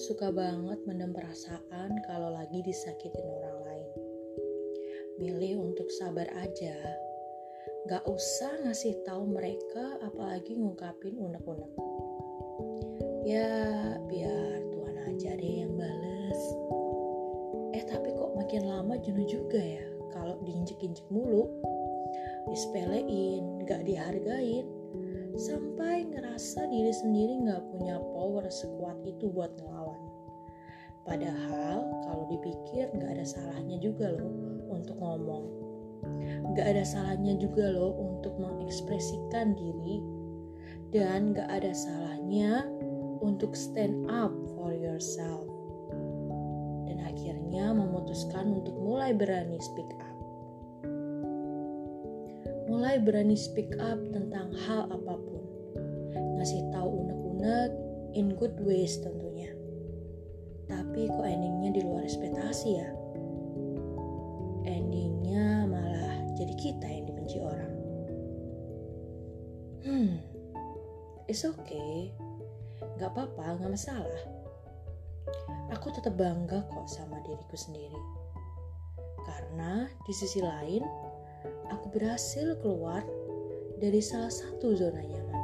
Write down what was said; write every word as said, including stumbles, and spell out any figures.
suka banget mendem perasaan kalau lagi disakitin orang lain. Milih untuk sabar aja. Gak usah ngasih tahu mereka, apalagi ngungkapin unek-unek. Ya, biar Tuhan aja deh yang bales. Eh, tapi kok makin lama jenuh juga ya kalau diinjek-injek mulu, disepelein, gak dihargain, sampai ngerasa diri sendiri gak punya power sekuat itu buat ngelawan. Padahal kalau dipikir gak ada salahnya juga loh untuk ngomong. Gak ada salahnya juga loh untuk mengekspresikan diri. Dan gak ada salahnya untuk stand up for yourself. Dan akhirnya memutuskan untuk mulai berani speak up. Mulai berani speak up tentang hal apapun. Ngasih tahu unek-unek in good ways tentunya. Tapi kok endingnya di luar ekspektasi ya? Endingnya malah jadi kita yang dibenci orang. Hmm, it's okay. Gak apa-apa, gak masalah. Aku tetap bangga kok sama diriku sendiri. Karena di sisi lain, aku berhasil keluar dari salah satu zona nyaman.